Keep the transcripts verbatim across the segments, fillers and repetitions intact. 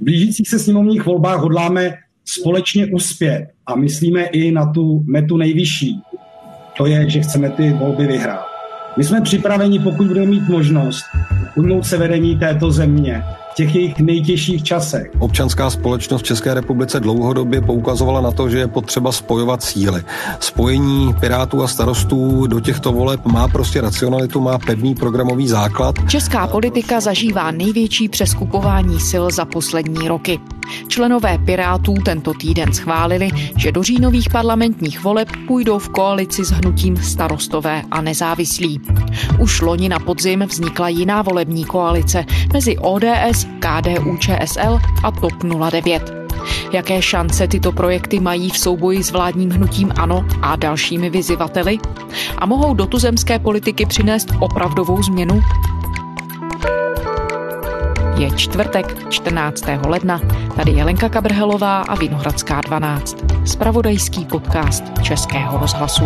blížících se sněmovních volbách hodláme společně uspět a myslíme i na tu metu nejvyšší. To je, že chceme ty volby vyhrát. My jsme připraveni, pokud budeme mít možnost, ujmout se vedení této země v těch jejich nejtěžších časech. Občanská společnost v České republice dlouhodobě poukazovala na to, že je potřeba spojovat síly. Spojení Pirátů a Starostů do těchto voleb má prostě racionalitu, má pevný programový základ. Česká politika zažívá největší přeskupování sil za poslední roky. Členové Pirátů tento týden schválili, že do říjnových parlamentních voleb půjdou v koalici s hnutím Starostové a nezávislí. Už loni na podzim vznikla jiná volební koalice mezi O D S, K D U Č S L a TOP nula devět. Jaké šance tyto projekty mají v souboji s vládním hnutím ANO a dalšími vyzývateli? A mohou do tuzemské politiky přinést opravdovou změnu? Je čtvrtek, čtrnáctého ledna. Tady je Lenka Kabrhelová a Vinohradská dvanáct. Zpravodajský podcast Českého rozhlasu.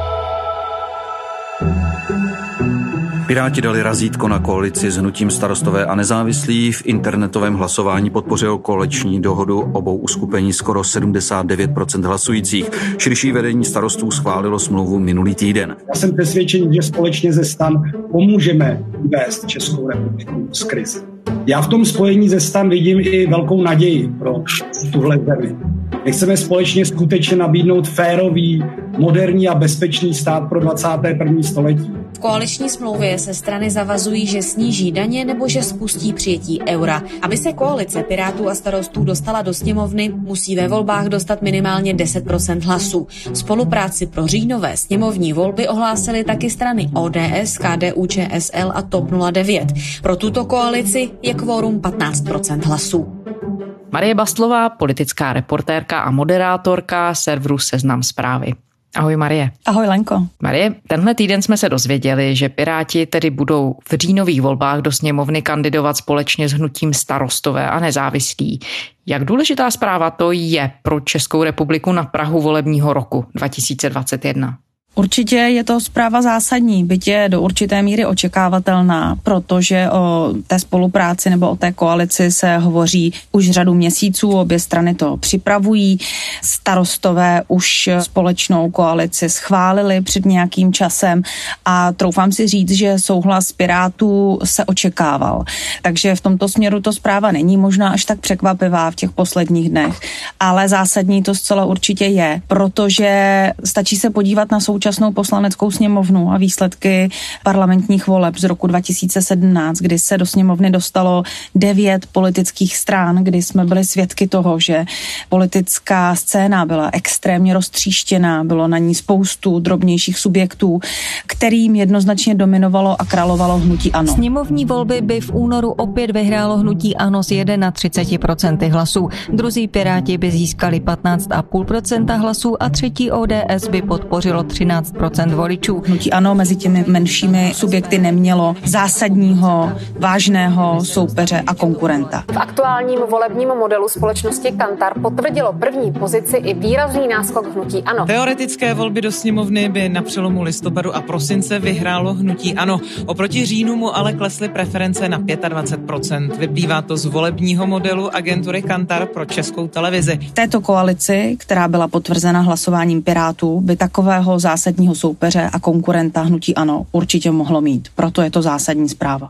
Piráti dali razítko na koalici s hnutím Starostové a nezávislí. V internetovém hlasování podpořilo koaliční dohodu obou uskupení skoro sedmdesát devět procent hlasujících. Širší vedení Starostů schválilo smlouvu minulý týden. Já jsem přesvědčený, že společně ze STAN pomůžeme vést Českou republiku z krize. Já v tom spojení ze STAN vidím i velkou naději pro tuhle zemi. My chceme společně skutečně nabídnout férový, moderní a bezpečný stát pro dvacáté první století. V koaliční smlouvě se strany zavazují, že sníží daně nebo že spustí přijetí eura. Aby se koalice Pirátů a Starostů dostala do sněmovny, musí ve volbách dostat minimálně deset procent hlasů. Spolupráci pro říjnové sněmovní volby ohlásily taky strany O D S, K D U Č S L a TOP nula devět. Pro tuto koalici je kvórum patnáct procent hlasů. Marie Bastlová, politická reportérka a moderátorka serveru Seznam Zprávy. Ahoj Marie. Ahoj Lenko. Marie, tenhle týden jsme se dozvěděli, že Piráti tedy budou v říjnových volbách do sněmovny kandidovat společně s hnutím Starostové a nezávislí. Jak důležitá zpráva to je pro Českou republiku na prahu volebního roku dva tisíce dvacet jedna? Určitě je to zpráva zásadní, byť je do určité míry očekávatelná, protože o té spolupráci nebo o té koalici se hovoří už řadu měsíců, obě strany to připravují. Starostové už společnou koalici schválili před nějakým časem a troufám si říct, že souhlas Pirátů se očekával. Takže v tomto směru to zpráva není možná až tak překvapivá v těch posledních dnech, ale zásadní to zcela určitě je, protože stačí se podívat na současnou současnou poslaneckou sněmovnu a výsledky parlamentních voleb z roku dva tisíce sedmnáct, kdy se do sněmovny dostalo devět politických stran, kdy jsme byli svědky toho, že politická scéna byla extrémně roztříštěná, bylo na ní spoustu drobnějších subjektů, kterým jednoznačně dominovalo a královalo hnutí ANO. Sněmovní volby by v únoru opět vyhrálo hnutí ANO s třicet jedna procent hlasů. Druzí Piráti by získali patnáct celá pět procenta hlasů a třetí O D S by podpořilo třináct procent voličů. Hnutí ANO mezi těmi menšími subjekty nemělo zásadního, vážného soupeře a konkurenta. V aktuálním volebním modelu společnosti Kantar potvrdilo první pozici i výrazný náskok hnutí ANO. Teoretické volby do sněmovny by na přelomu listopadu a prosince vyhrálo hnutí ANO. Oproti říjnu mu ale klesly preference na dvacet pět procent. Vyplývá to z volebního modelu agentury Kantar pro Českou televizi. V této koalici, která byla potvrzena hlasováním Pirátů, by takového zásadního soupeře a konkurenta hnutí ANO určitě mohlo mít. Proto je to zásadní zpráva.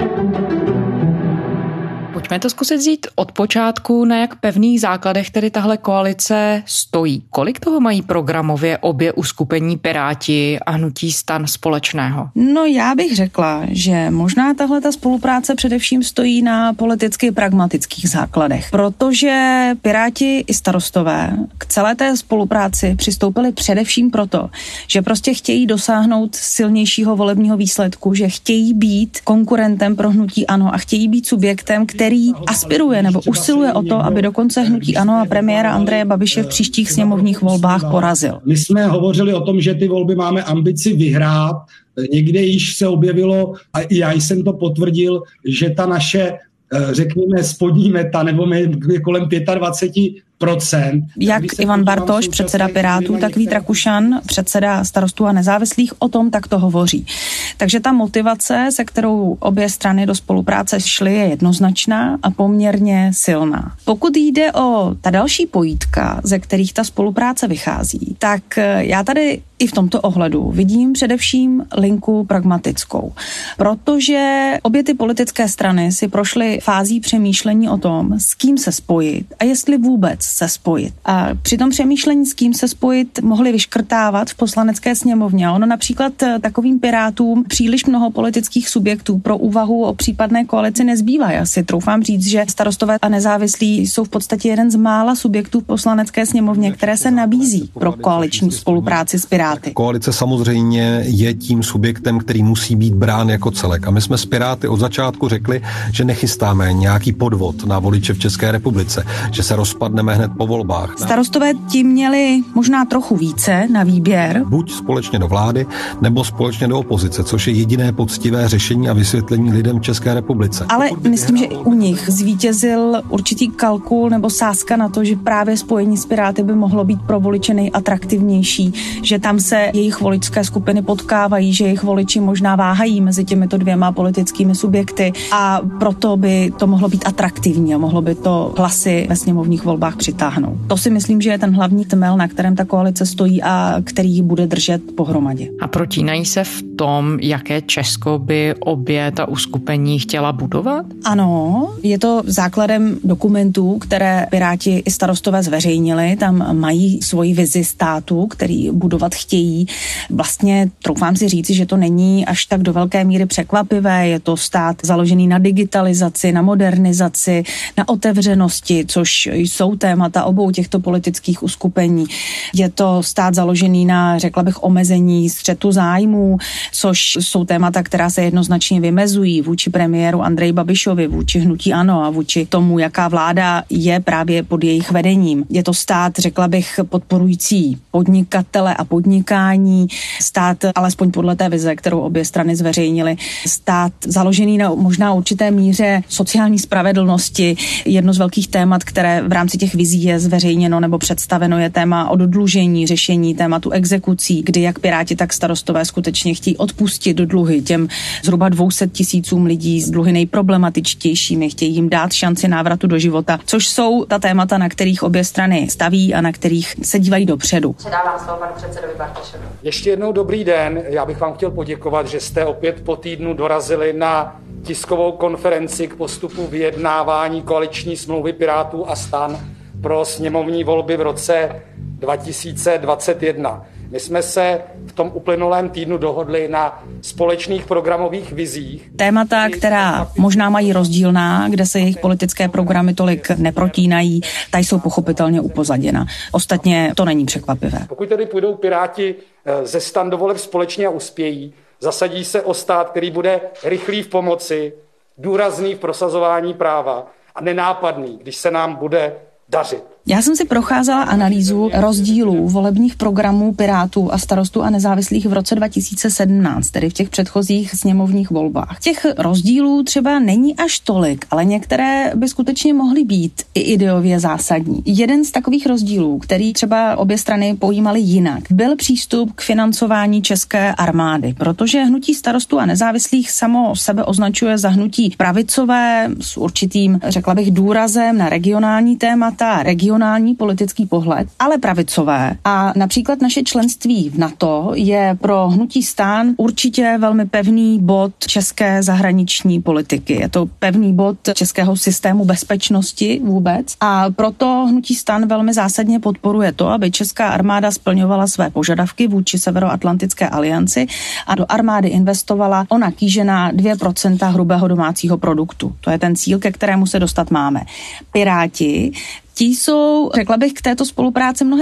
Pojďme to zkusit vzít od počátku, na jak pevných základech tedy tahle koalice stojí. Kolik toho mají programově obě uskupení Piráti a hnutí STAN společného? No já bych řekla, že možná tahle ta spolupráce především stojí na politicky pragmatických základech, protože Piráti i Starostové k celé té spolupráci přistoupili především proto, že prostě chtějí dosáhnout silnějšího volebního výsledku, že chtějí být konkurentem pro hnutí ANO a chtějí být subjektem, který aspiruje nebo usiluje o to, aby dokonce hnutí ANO a premiéra Andreje Babiše v příštích sněmovních volbách porazil. My jsme hovořili o tom, že ty volby máme ambici vyhrát. Někde již se objevilo, a i já jsem to potvrdil, že ta naše, řekněme, spodní meta, nebo my kolem dvacet pět procent. Jak Ivan Bartoš, předseda Pirátů, tak Vít Rakušan, předseda Starostů a nezávislých, o tom takto hovoří. Takže ta motivace, se kterou obě strany do spolupráce šly, je jednoznačná a poměrně silná. Pokud jde o ta další pojítka, ze kterých ta spolupráce vychází, tak já tady i v tomto ohledu vidím především linku pragmatickou, protože obě ty politické strany si prošly fází přemýšlení o tom, s kým se spojit a jestli vůbec se spojit. A při tom přemýšlení, s kým se spojit, mohli vyškrtávat v poslanecké sněmovně. Ono například takovým Pirátům příliš mnoho politických subjektů pro úvahu o případné koalici nezbývá. Já si troufám říct, že Starostové a nezávislí jsou v podstatě jeden z mála subjektů v poslanecké sněmovně, které se nabízí pro koaliční spolupráci s Piráty. Koalice samozřejmě je tím subjektem, který musí být brán jako celek. A my jsme s Piráty od začátku řekli, že nechystáme nějaký podvod na voliče v České republice, že se rozpadneme hned po volbách. Starostové tím měli možná trochu více na výběr. Buď společně do vlády, nebo společně do opozice, což je jediné poctivé řešení a vysvětlení lidem v České republice. Ale myslím, že i u nich zvítězil určitý kalkul nebo sázka na to, že právě spojení s Piráty by mohlo být pro voliče nejatraktivnější, že tam se jejich voličské skupiny potkávají, že jejich voliči možná váhají mezi těmito dvěma politickými subjekty a proto by to mohlo být atraktivní a mohlo by to hlasy ve sněmovních volbách přitáhnout. To si myslím, že je ten hlavní tmel, na kterém ta koalice stojí a který bude držet pohromadě. A protínají se v tom, jaké Česko by obě ta uskupení chtěla budovat? Ano, je to základem dokumentů, které Piráti i Starostové zveřejnili. Tam mají svoji vizi státu, který budovat chtějí. Vlastně troufám si říci, že to není až tak do velké míry překvapivé. Je to stát založený na digitalizaci, na modernizaci, na otevřenosti, což jsou témata obou těchto politických uskupení. Je to stát založený na, řekla bych, omezení střetu zájmů, což jsou témata, která se jednoznačně vymezují vůči premiéru Andreji Babišovi, vůči hnutí ANO a vůči tomu, jaká vláda je právě pod jejich vedením. Je to stát, řekla bych, podporující podnikatele a podnikání, stát, alespoň podle té vize, kterou obě strany zveřejnily, stát založený na možná určité míře sociální spravedlnosti. Jedno z velkých témat, které v rámci těch vizí je zveřejněno nebo představeno, je téma oddlužení, řešení tématu exekucí, kdy jak Piráti, tak Starostové skutečně chtějí odpustit dluhy těm zhruba dvě stě tisícům lidí s dluhy nejproblematičtějšími, chtějí jim dát šanci návratu do života, což jsou ta témata, na kterých obě strany staví a na kterých se dívají dopředu. Předávám slovo panu předsedovi Bartošovi. Ještě jednou dobrý den. Já bych vám chtěl poděkovat, že jste opět po týdnu dorazili na tiskovou konferenci k postupu vyjednávání koaliční smlouvy Pirátů a STAN pro sněmovní volby v roce dva tisíce dvacet jedna. My jsme se v tom uplynulém týdnu dohodli na společných programových vizích. Témata, která možná mají rozdílná, kde se jejich politické programy tolik neprotínají, ta jsou pochopitelně upozaděna. Ostatně to není překvapivé. Pokud tedy půjdou Piráti ze STAN do voleb společně a uspějí, zasadí se o stát, který bude rychlý v pomoci, důrazný v prosazování práva a nenápadný, když se nám bude dařit. Já jsem si procházela analýzu rozdílů volebních programů Pirátů a Starostů a nezávislých v roce dva tisíce sedmnáct, tedy v těch předchozích sněmovních volbách. Těch rozdílů třeba není až tolik, ale některé by skutečně mohly být i ideově zásadní. Jeden z takových rozdílů, který třeba obě strany pojímaly jinak, byl přístup k financování české armády, protože hnutí Starostů a nezávislých samo sebe označuje za hnutí pravicové s určitým, řekla bych, důrazem na regionální témata, regionální politický pohled, ale pravicové. A například naše členství v NATO je pro hnutí STAN určitě velmi pevný bod české zahraniční politiky. Je to pevný bod českého systému bezpečnosti vůbec. A proto hnutí STAN velmi zásadně podporuje to, aby česká armáda splňovala své požadavky vůči Severoatlantické alianci a do armády investovala ona kýžená dvě procenta hrubého domácího produktu. To je ten cíl, ke kterému se dostat máme. Piráti Ti jsou, řekla bych, k této spolupráci mnohem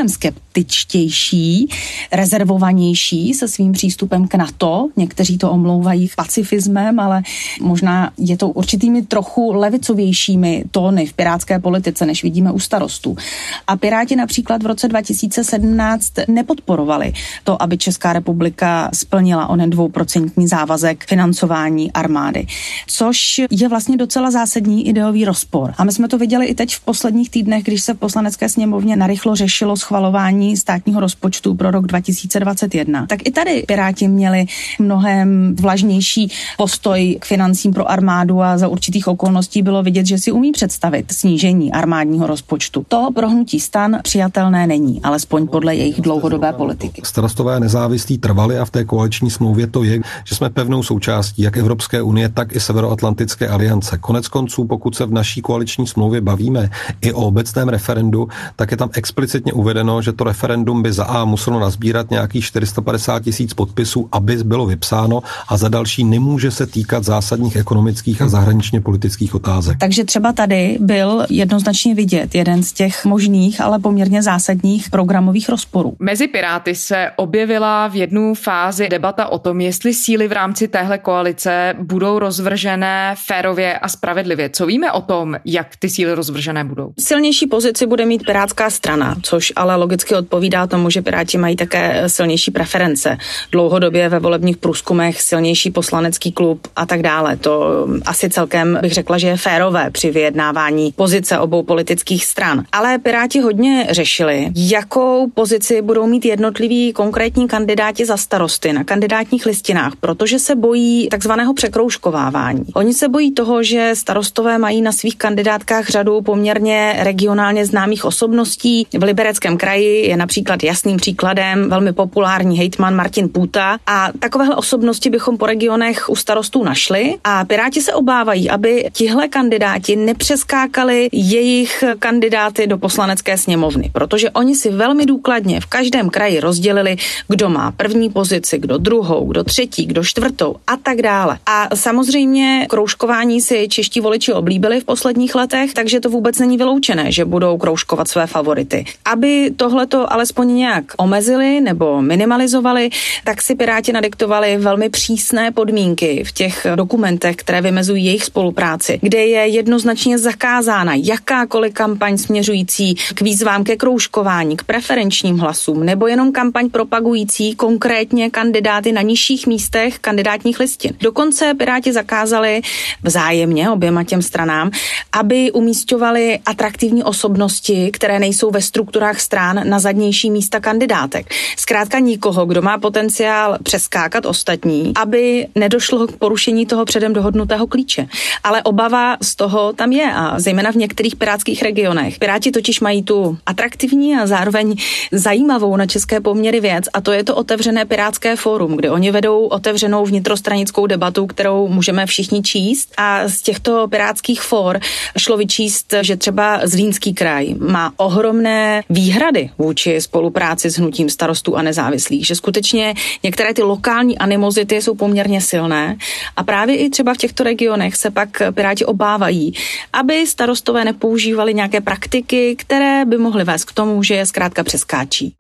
pragmatičtější, rezervovanější se svým přístupem k NATO. Někteří to omlouvají pacifismem, ale možná je to určitými trochu levicovějšími tóny v pirátské politice, než vidíme u Starostů. A Piráti například v roce dva tisíce sedmnáct nepodporovali to, aby Česká republika splnila onen dvouprocentní závazek financování armády, což je vlastně docela zásadní ideový rozpor. A my jsme to viděli i teď v posledních týdnech, když se v Poslanecké sněmovně narychlo řešilo schvalování státního rozpočtu pro rok dva tisíce dvacet jedna. Tak i tady Piráti měli mnohem vlažnější postoj k financím pro armádu a za určitých okolností bylo vidět, že si umí představit snížení armádního rozpočtu. To pro hnutí STAN přijatelné není, alespoň podle jejich dlouhodobé politiky. Starostové nezávislí trvali a v té koaliční smlouvě to je, že jsme pevnou součástí jak Evropské unie, tak i Severoatlantické aliance. Konec konců, pokud se v naší koaliční smlouvě bavíme i o obecném referendu, tak je tam explicitně uvedeno, že to referendum by za A muselo nazbírat nějakých čtyři sta padesát tisíc podpisů, aby bylo vypsáno, a za další nemůže se týkat zásadních ekonomických a zahraničně politických otázek. Takže třeba tady byl jednoznačně vidět jeden z těch možných, ale poměrně zásadních programových rozporů. Mezi Piráty se objevila v jednu fázi debata o tom, jestli síly v rámci téhle koalice budou rozvržené férově a spravedlivě. Co víme o tom, jak ty síly rozvržené budou? Silnější pozici bude mít Pirátská strana, což ale logicky odpovídá tomu, že Piráti mají také silnější preference. Dlouhodobě ve volebních průzkumech silnější poslanecký klub a tak dále. To asi celkem bych řekla, že je férové při vyjednávání pozice obou politických stran. Ale Piráti hodně řešili, jakou pozici budou mít jednotliví konkrétní kandidáti za starosty na kandidátních listinách, protože se bojí takzvaného překroužkovávání. Oni se bojí toho, že starostové mají na svých kandidátkách řadu poměrně regionálně známých osobností. V Libereckém kraji je například jasným příkladem velmi populární hejtman Martin Půta a takovéhle osobnosti bychom po regionech u starostů našli a Piráti se obávají, aby tihle kandidáti nepřeskákali jejich kandidáty do poslanecké sněmovny, protože oni si velmi důkladně v každém kraji rozdělili, kdo má první pozici, kdo druhou, kdo třetí, kdo čtvrtou a tak dále. A samozřejmě kroužkování si čeští voliči oblíbili v posledních letech, takže to vůbec není vyloučené, že budou kroužkovat své favority. Aby tohleto alespoň nějak omezili nebo minimalizovali, tak si Piráti nadiktovali velmi přísné podmínky v těch dokumentech, které vymezují jejich spolupráci, kde je jednoznačně zakázána jakákoliv kampaň směřující k výzvám ke kroužkování, k preferenčním hlasům, nebo jenom kampaň propagující konkrétně kandidáty na nižších místech kandidátních listin. Dokonce Piráti zakázali vzájemně oběma těm stranám, aby umísťovali atraktivní osobnosti, které nejsou ve strukturách stran na zadnější místa kandidátek. Zkrátka nikoho, kdo má potenciál přeskákat ostatní, aby nedošlo k porušení toho předem dohodnutého klíče. Ale obava z toho tam je a zejména v některých pirátských regionech. Piráti totiž mají tu atraktivní a zároveň zajímavou na české poměry věc a to je to otevřené pirátské fórum, kde oni vedou otevřenou vnitrostranickou debatu, kterou můžeme všichni číst a z těchto pirátských fór šlo vyčíst, že třeba Zlínský kraj má ohromné výhrady vůči spolupráci s hnutím Starostů a nezávislých, že skutečně některé ty lokální animozity jsou poměrně silné a právě i třeba v těchto regionech se pak Piráti obávají, aby starostové nepoužívali nějaké praktiky, které by mohly vést k tomu, že je zkrátka přeskáčí.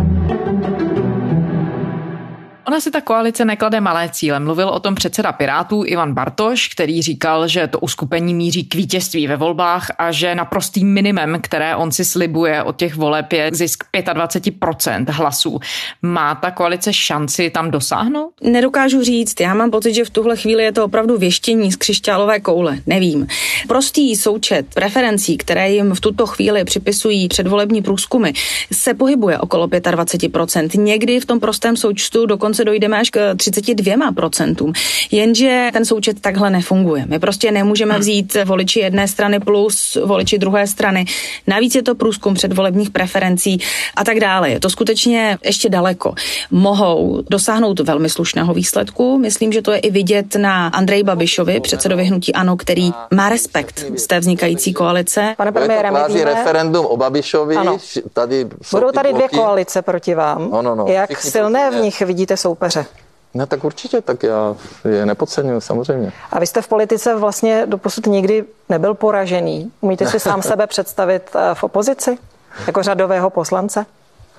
Ona si ta koalice neklade malé cíle. Mluvil o tom předseda Pirátů Ivan Bartoš, který říkal, že to uskupení míří k vítězství ve volbách a že naprostým minimem, které on si slibuje od těch voleb, je zisk dvacet pět procent hlasů. Má ta koalice šanci tam dosáhnout? Nedokážu říct. Já mám pocit, že v tuhle chvíli je to opravdu věštění z křišťálové koule. Nevím. Prostý součet preferencí, které jim v tuto chvíli připisují předvolební průzkumy, se pohybuje okolo dvacet pět procent. Někdy v tom prostém součtu dokonce dojdeme až k třicet dva procentům. Jenže ten součet takhle nefunguje. My prostě nemůžeme vzít voliči jedné strany plus voliči druhé strany. Navíc je to průzkum předvolebních preferencí a tak dále. Je to skutečně ještě daleko. Mohou dosáhnout velmi slušného výsledku. Myslím, že to je i vidět na Andreji Babišovi, předsedovi hnutí ANO, který má respekt z té vznikající koalice. Pane premiére, my víme... referendum o Babišovi. Tady budou tady dvě koalice proti vám. No, no, no. Jak Všichni silné v nich vidíte soupeře? No tak určitě, tak já je nepodceňuji, samozřejmě. A vy jste v politice vlastně doposud nikdy nebyl poražený. Umíte si sám sebe představit v opozici? Jako řadového poslance?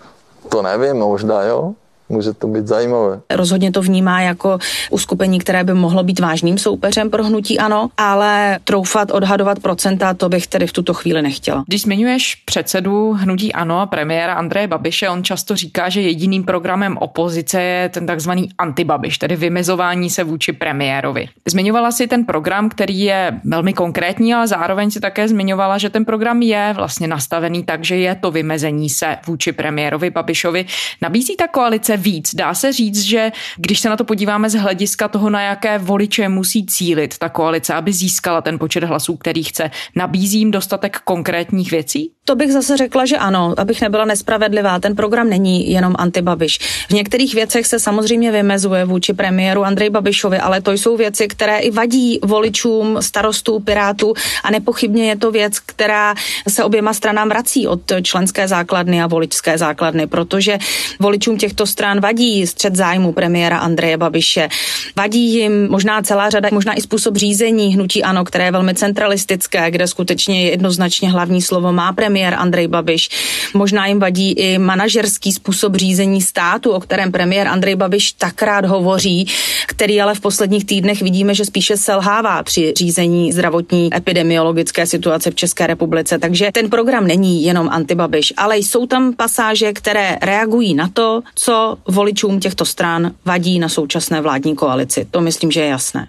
To nevím, možná jo. Může to být zajímavé. Rozhodně to vnímá jako uskupení, které by mohlo být vážným soupeřem pro hnutí ANO, ale troufat, odhadovat procenta, to bych tedy v tuto chvíli nechtěla. Když zmiňuješ předsedu hnutí ANO a premiéra Andreje Babiše, on často říká, že jediným programem opozice je ten takzvaný antibabiš, tedy vymezování se vůči premiérovi. Zmiňovala si ten program, který je velmi konkrétní, ale zároveň si také zmiňovala, že ten program je vlastně nastavený tak, že je to vymezení se vůči premiérovi Babišovi. Nabízí ta koalice víc. Dá se říct, že když se na to podíváme z hlediska toho, na jaké voliče musí cílit ta koalice, aby získala ten počet hlasů, který chce, nabízí jim dostatek konkrétních věcí? To bych zase řekla, že ano, abych nebyla nespravedlivá. Ten program není jenom antibabiš. V některých věcech se samozřejmě vymezuje vůči premiéru Andreji Babišovi, ale to jsou věci, které i vadí voličům, starostů, pirátů a nepochybně je to věc, která se oběma stranám vrací od členské základny a voličské základny, protože voličům těchto stran vadí střet zájmu premiéra Andreje Babiše. Vadí jim možná celá řada, možná i způsob řízení hnutí ANO, které je velmi centralistické, kde skutečně jednoznačně hlavní slovo má premiér Andrej Babiš. Možná jim vadí i manažerský způsob řízení státu, o kterém premiér Andrej Babiš tak rád hovoří, který ale v posledních týdnech vidíme, že spíše selhává při řízení zdravotní epidemiologické situace v České republice. Takže ten program není jenom antibabiš, ale jsou tam pasáže, které reagují na to, co voličům těchto stran vadí na současné vládní koalici. To myslím, že je jasné.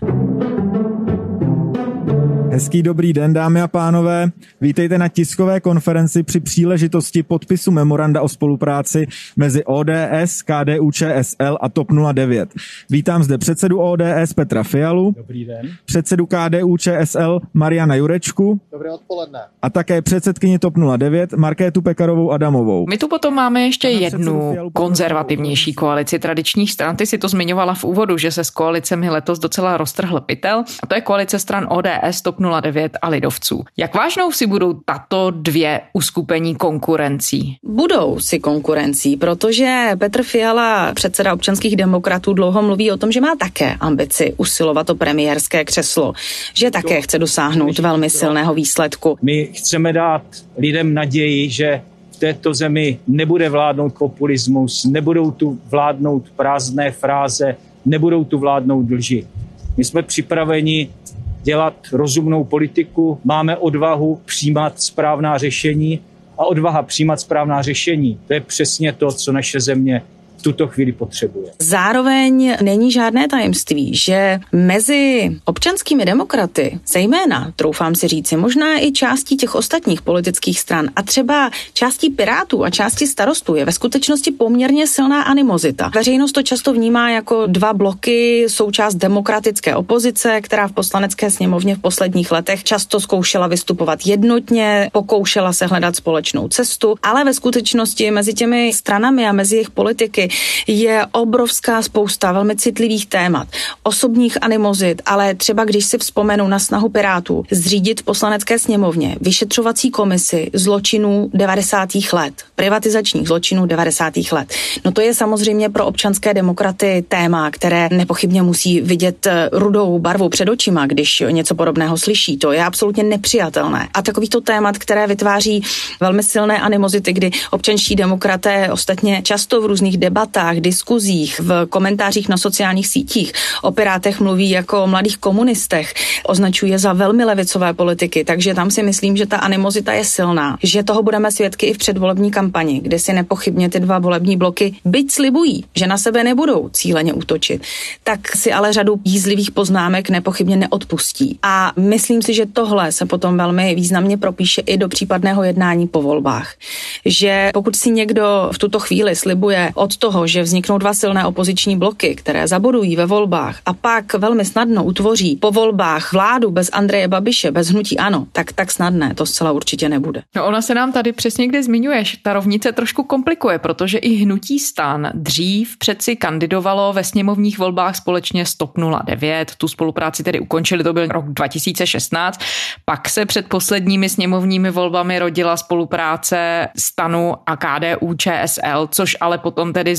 Hezký dobrý den, dámy a pánové. Vítejte na tiskové konferenci při příležitosti podpisu memoranda o spolupráci mezi O D S, K D U Č S L a TOP nula devět. Vítám zde předsedu O D S Petra Fialu. Dobrý den. Předsedu K D U Č S L Mariana Jurečku. Dobré odpoledne. A také předsedkyni TOP nula devět Markétu Pekarovou Adamovou. My tu potom máme ještě jednu konzervativnější koalici tradičních stran. Ty si to zmiňovala v úvodu, že se s koalicemi letos docela roztrhl pytel. A to je koalice stran O D S, TOP nula devět a lidovců. Jak vážnou si budou tato dvě uskupení konkurencí? Budou si konkurencí, protože Petr Fiala, předseda občanských demokratů, dlouho mluví o tom, že má také ambici usilovat o premiérské křeslo, že také chce dosáhnout velmi silného výsledku. My chceme dát lidem naději, že v této zemi nebude vládnout populismus, nebudou tu vládnout prázdné fráze, nebudou tu vládnout lži. My jsme připraveni dělat rozumnou politiku, máme odvahu přijímat správná řešení a odvaha přijímat správná řešení, to je přesně to, co naše země v tuto chvíli potřebuje. Zároveň není žádné tajemství, že mezi občanskými demokraty, zejména, troufám si říci, možná i částí těch ostatních politických stran a třeba částí Pirátů a části Starostů je ve skutečnosti poměrně silná animozita. Veřejnost to často vnímá jako dva bloky, součást demokratické opozice, která v poslanecké sněmovně v posledních letech často zkoušela vystupovat jednotně, pokoušela se hledat společnou cestu, ale ve skutečnosti mezi těmi stranami a mezi jejich politiky je obrovská spousta velmi citlivých témat, osobních animozit, ale třeba když si vzpomenu na snahu Pirátů zřídit v poslanecké sněmovně vyšetřovací komisi zločinů devadesátých let, privatizačních zločinů devadesátých let. No to je samozřejmě pro občanské demokraty téma, které nepochybně musí vidět rudou barvu před očima, když něco podobného slyší. To je absolutně nepřijatelné. A takovýchto témat, které vytváří velmi silné animozity, kdy občanští demokraté ostatně často v různých debatách, diskuzích, v komentářích na sociálních sítích o Pirátech mluví jako o mladých komunistech, označuje za velmi levicové politiky, takže tam si myslím, že ta animozita je silná, že toho budeme svědky i v předvolební kampani, kde si nepochybně ty dva volební bloky byť slibují, že na sebe nebudou cíleně útočit, tak si ale řadu jízlivých poznámek nepochybně neodpustí. A myslím si, že tohle se potom velmi významně propíše i do případného jednání po volbách. Že pokud si někdo v tuto chvíli slibuje od toho, že vzniknou dva silné opoziční bloky, které zabodují ve volbách a pak velmi snadno utvoří po volbách vládu bez Andreje Babiše, bez hnutí ANO, tak tak snadné to zcela určitě nebude. No ona se nám tady přesně kde zmiňuješ. Ta rovnice trošku komplikuje, protože i hnutí STAN dřív přeci kandidovalo ve sněmovních volbách společně s TOP nula devět. Tu spolupráci tedy ukončili, to byl rok dva tisíce šestnáct. Pak se před posledními sněmovními volbami rodila spolupráce STANu a K D U Č S L, což ale potom tedy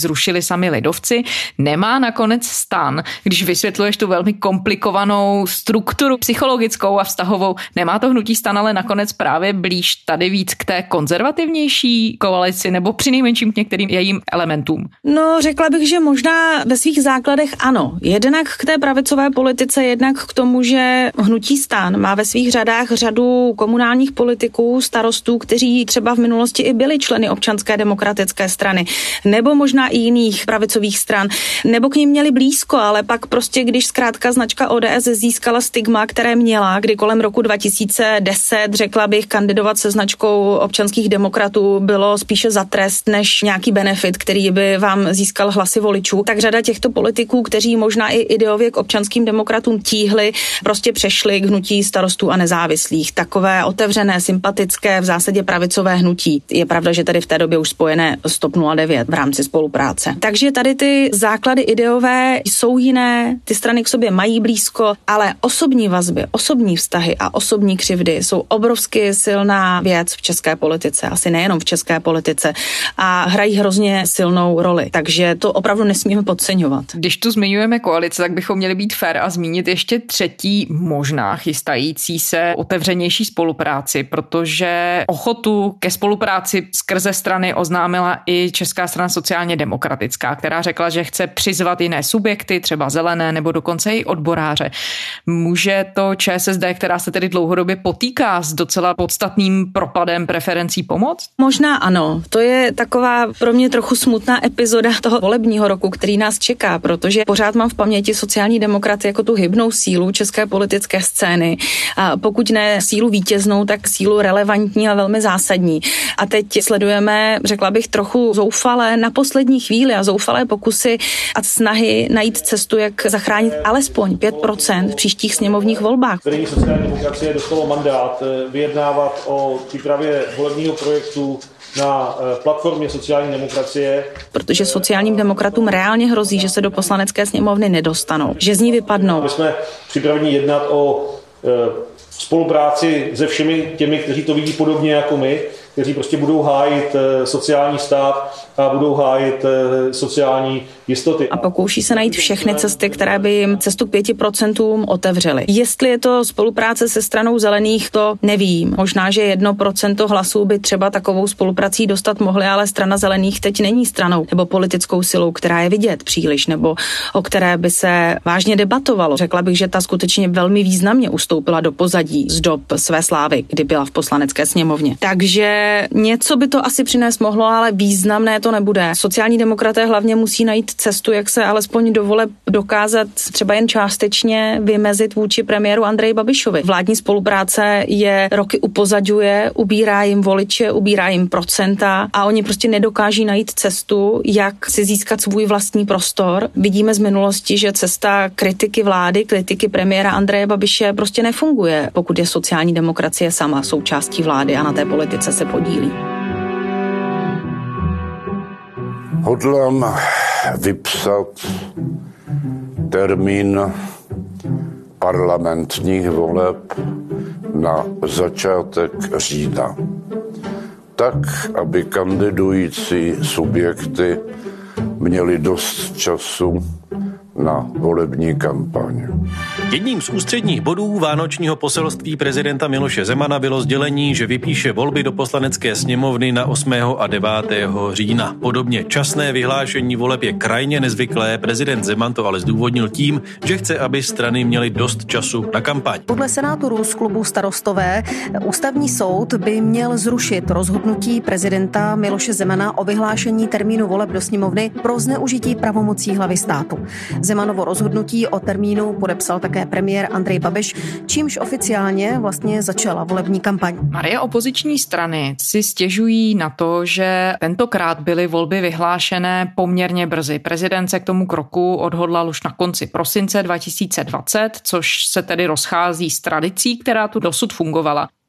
zrušili sami lidovci. Nemá nakonec STAN, když vysvětluješ tu velmi komplikovanou strukturu psychologickou a vztahovou, nemá to hnutí STAN ale nakonec právě blíž tady víc k té konzervativnější koalici nebo přinejmenším k některým jejím elementům? No, řekla bych, že možná ve svých základech ano. Jednak k té pravicové politice, jednak k tomu, že hnutí STAN má ve svých řadách řadu komunálních politiků, starostů, kteří třeba v minulosti i byli členy Občanské demokratické strany, nebo možná i jiných pravicových stran, nebo k nim měli blízko, ale pak prostě, když zkrátka značka O D S získala stigma, které měla, kdy kolem roku dva tisíce deset, řekla bych, kandidovat se značkou občanských demokratů bylo spíše za trest, než nějaký benefit, který by vám získal hlasy voličů, tak řada těchto politiků, kteří možná i ideově k občanským demokratům tíhli, prostě přešli k hnutí Starostů a nezávislých. Takové otevřené, sympatické, v zásadě pravicové hnutí. Je pravda, že tady v té době už spojené s TOP nula devět v rámci spolupráce. Takže tady ty základy ideové jsou jiné, ty strany k sobě mají blízko, ale osobní vazby, osobní vztahy a osobní křivdy jsou obrovsky silná věc v české politice, asi nejenom v české politice, a hrají hrozně silnou roli. Takže to opravdu nesmíme podceňovat. Když tu zmiňujeme koalice, tak bychom měli být fair a zmínit ještě třetí možná chystající se otevřenější spolupráci, protože ochotu ke spolupráci skrze strany oznámila i Česká strana sociálně demokratická, která řekla, že chce přizvat jiné subjekty, třeba zelené nebo dokonce i odboráře. Může to ČSSD, která se tedy dlouhodobě potýká s docela podstatným propadem preferencí, pomoct? Možná ano. To je taková pro mě trochu smutná epizoda toho volebního roku, který nás čeká, protože pořád mám v paměti sociální demokraty jako tu hybnou sílu české politické scény. A pokud ne sílu vítěznou, tak sílu relevantní a velmi zásadní. A teď sledujeme, řekla bych, trochu zoufalé na poslední chvíli a zoufalé pokusy a snahy najít cestu, jak zachránit alespoň pět procent v příštích sněmovních volbách. Vedení sociální demokracie dostalo mandát vyjednávat o přípravě volebního projektu na platformě sociální demokracie. Protože sociálním demokratům reálně hrozí, že se do poslanecké sněmovny nedostanou, že z ní vypadnou. My jsme připraveni jednat o e, spolupráci se všemi těmi, kteří to vidí podobně jako my, kteří prostě budou hájit sociální stát a budou hájit sociální jistoty. A pokouší se najít všechny cesty, které by jim cestu k pěti procentům otevřely. Jestli je to spolupráce se stranou zelených, to nevím. Možná, že jedno procento hlasů by třeba takovou spoluprací dostat mohly, ale strana zelených teď není stranou nebo politickou silou, která je vidět příliš, nebo o které by se vážně debatovalo. Řekla bych, že ta skutečně velmi významně ustoupila do pozadí z dob své slávy, kdy byla v poslanecké sněmovně. Takže něco by to asi přinést mohlo, ale významné to nebude. Sociální demokraté hlavně musí najít cestu, jak se alespoň do voleb dokázat třeba jen částečně vymezit vůči premiéru Andreji Babišovi. Vládní spolupráce je roky upozadňuje, ubírá jim voliče, ubírá jim procenta a oni prostě nedokáží najít cestu, jak si získat svůj vlastní prostor. Vidíme z minulosti, že cesta kritiky vlády, kritiky premiéra Andreje Babiše prostě nefunguje, pokud je sociální demokracie sama součástí vlády a na té politice se podílí. Hodlám vypsat termín parlamentních voleb na začátek října, tak, aby kandidující subjekty měli dost času na volební kampaň. Jedním z ústředních bodů vánočního poselství prezidenta Miloše Zemana bylo sdělení, že vypíše volby do poslanecké sněmovny na osmého a devátého října. Podobně časné vyhlášení voleb je krajně nezvyklé. Prezident Zeman to ale zdůvodnil tím, že chce, aby strany měly dost času na kampaň. Podle senátorů z klubu Starostové ústavní soud by měl zrušit rozhodnutí prezidenta Miloše Zemana o vyhlášení termínu voleb do sněmovny pro zneužití pravomocí hlavy státu. Zemanovo rozhodnutí o termínu podepsal také premiér Andrej Babiš, čímž oficiálně vlastně začala volební kampaň. Marie, opoziční strany si stěžují na to, že tentokrát byly volby vyhlášené poměrně brzy. Prezident se k tomu kroku odhodlal už na konci prosince dva tisíce dvacet, což se tedy rozchází s tradicí, která tu dosud fungovala.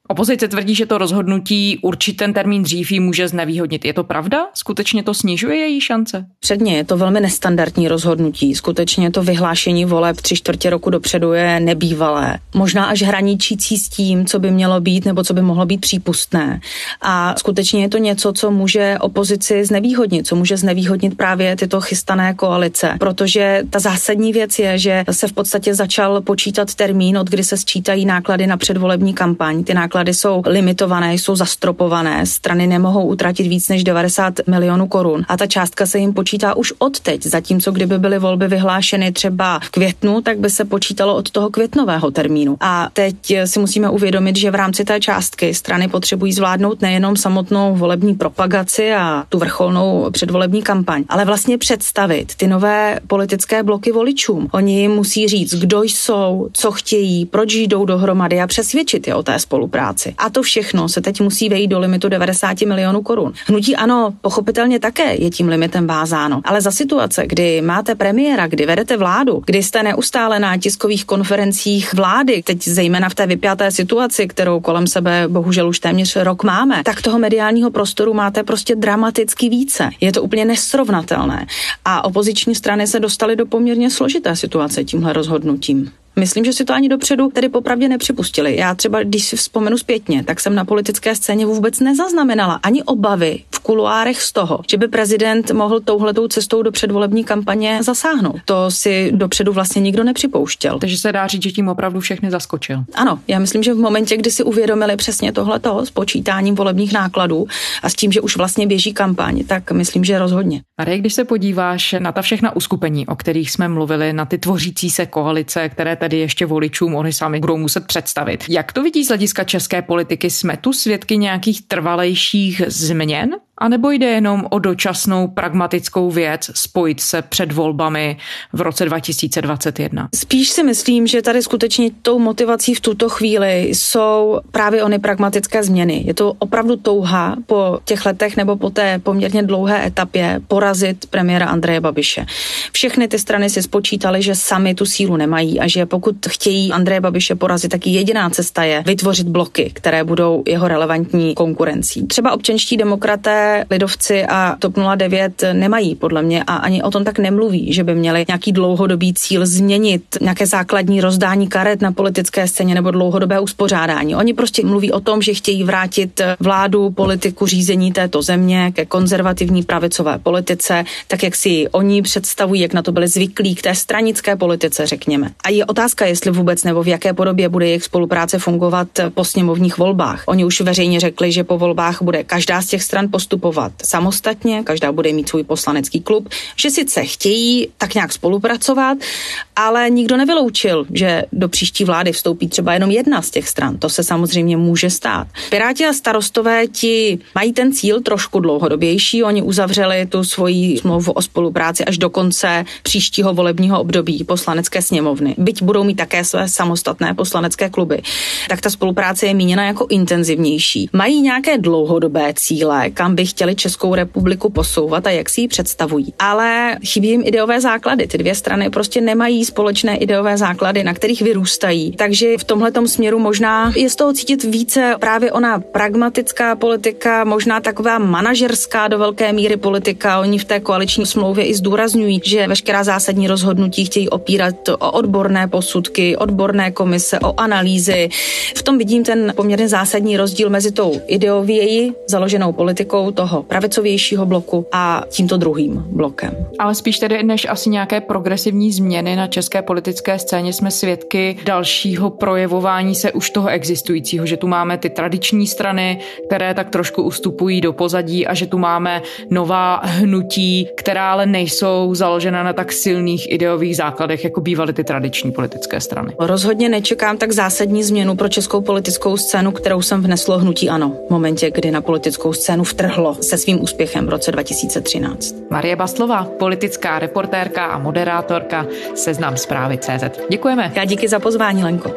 Opozice tvrdí, že to rozhodnutí určit ten termín dřív jí může znevýhodnit. Je to pravda? Skutečně to snižuje její šance? Předně je to velmi nestandardní rozhodnutí. Skutečně to vyhlášení voleb tři čtvrtě roku dopředu je nebývalé. Možná až hraničící s tím, co by mělo být nebo co by mohlo být přípustné. A skutečně je to něco, co může opozici znevýhodnit, co může znevýhodnit právě tyto chystané koalice. Protože ta zásadní věc je, že se v podstatě začal počítat termín, od kdy se sčítají náklady na předvolební kampaň. Ty náklady jsou limitované, jsou zastropované, strany nemohou utratit víc než devadesát milionů korun a ta částka se jim počítá už od teď, zatímco kdyby byly volby vyhlášeny třeba v květnu, tak by se počítalo od toho květnového termínu. A teď si musíme uvědomit, že v rámci té částky strany potřebují zvládnout nejenom samotnou volební propagaci a tu vrcholnou předvolební kampaň, ale vlastně představit ty nové politické bloky voličům. Oni jim musí říct, kdo jsou, co chtějí, proč jdou dohromady a přesvědčit je o té spolupráci. A to všechno se teď musí vejít do limitu devadesát milionů korun. Hnutí ANO pochopitelně také je tím limitem vázáno, ale za situace, kdy máte premiéra, kdy vedete vládu, kdy jste neustále na tiskových konferencích vlády, teď zejména v té vypjaté situaci, kterou kolem sebe bohužel už téměř rok máme, tak toho mediálního prostoru máte prostě dramaticky více. Je to úplně nesrovnatelné. A opoziční strany se dostaly do poměrně složité situace tímhle rozhodnutím. Myslím, že si to ani dopředu tedy popravdě nepřipustili. Já třeba, když si vzpomenu zpětně, tak jsem na politické scéně vůbec nezaznamenala ani obavy v kuluárech z toho, že by prezident mohl touhletou cestou do předvolební kampaně zasáhnout. To si dopředu vlastně nikdo nepřipouštěl. Takže se dá říct, že tím opravdu všechny zaskočil. Ano, já myslím, že v momentě, kdy si uvědomili přesně tohleto s počítáním volebních nákladů a s tím, že už vlastně běží kampaň, tak myslím, že rozhodně. Marie, když se podíváš na ta všechna uskupení, o kterých jsme mluvili, na ty tvořící se koalice, které tady ještě voličům oni sami budou muset představit. Jak to vidí z hlediska české politiky? Jsme tu svědky nějakých trvalejších změn? A nebo jde jenom o dočasnou pragmatickou věc spojit se před volbami v roce dva tisíce dvacet jedna? Spíš si myslím, že tady skutečně tou motivací v tuto chvíli jsou právě ony pragmatické změny. Je to opravdu touha po těch letech nebo po té poměrně dlouhé etapě porazit premiéra Andreje Babiše. Všechny ty strany si spočítaly, že sami tu sílu nemají a že pokud chtějí Andreje Babiše porazit, tak jediná cesta je vytvořit bloky, které budou jeho relevantní konkurencí. Třeba občanští demokraté, lidovci a TOP nula devět nemají podle mě a ani o tom tak nemluví, že by měli nějaký dlouhodobý cíl změnit nějaké základní rozdání karet na politické scéně nebo dlouhodobé uspořádání. Oni prostě mluví o tom, že chtějí vrátit vládu, politiku, řízení této země ke konzervativní pravicové politice, tak jak si oni představují, jak na to byli zvyklí, k té stranické politice, řekněme. A je otázka, jestli vůbec nebo v jaké podobě bude jejich spolupráce fungovat po sněmovních volbách. Oni už veřejně řekli, že po volbách bude každá z těch stran postupovat samostatně, každá bude mít svůj poslanecký klub, že sice chtějí tak nějak spolupracovat, ale nikdo nevyloučil, že do příští vlády vstoupí třeba jenom jedna z těch stran. To se samozřejmě může stát. Piráti a Starostové ti mají ten cíl trošku dlouhodobější. Oni uzavřeli tu svoji smlouvu o spolupráci až do konce příštího volebního období poslanecké sněmovny. Byť budou mít také své samostatné poslanecké kluby, tak ta spolupráce je míněna jako intenzivnější. Mají nějaké dlouhodobé cíle, kam by chtěli Českou republiku posouvat a jak si ji představují. Ale chybí jim ideové základy. Ty dvě strany prostě nemají společné ideové základy, na kterých vyrůstají. Takže v tomhletom směru možná je z toho cítit více právě ona pragmatická politika, možná taková manažerská do velké míry politika. Oni v té koaliční smlouvě i zdůrazňují, že veškerá zásadní rozhodnutí chtějí opírat o odborné posudky, odborné komise, o analýzy. V tom vidím ten poměrně zásadní rozdíl mezi tou ideověji založenou politikou toho pravicovějšího bloku a tímto druhým blokem. Ale spíš tedy než asi nějaké progresivní změny na české politické scéně jsme svědky dalšího projevování se už toho existujícího, že tu máme ty tradiční strany, které tak trošku ustupují do pozadí a že tu máme nová hnutí, která ale nejsou založena na tak silných ideových základech, jako bývaly ty tradiční politické strany. Rozhodně nečekám tak zásadní změnu pro českou politickou scénu, kterou jsem vneslo hnutí ANO v momentě, kdy na politickou scénu vtrhlo se svým úspěchem v roce dva tisíce třináct. Marie Bastlová, politická reportérka a moderátorka Seznam Zprávy tečka cé zet. Děkujeme. Já díky za pozvání, Lenko.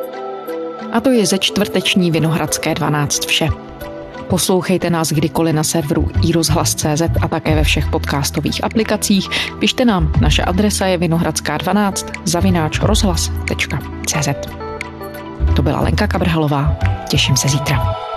A to je ze čtvrteční Vinohradské dvanáct vše. Poslouchejte nás kdykoliv na serveru i rozhlas tečka cé zet a také ve všech podcastových aplikacích. Pište nám, naše adresa je vinohradská dvanáct zavináč rozhlas tečka cé zet. To byla Lenka Kabrhalová. Těším se zítra.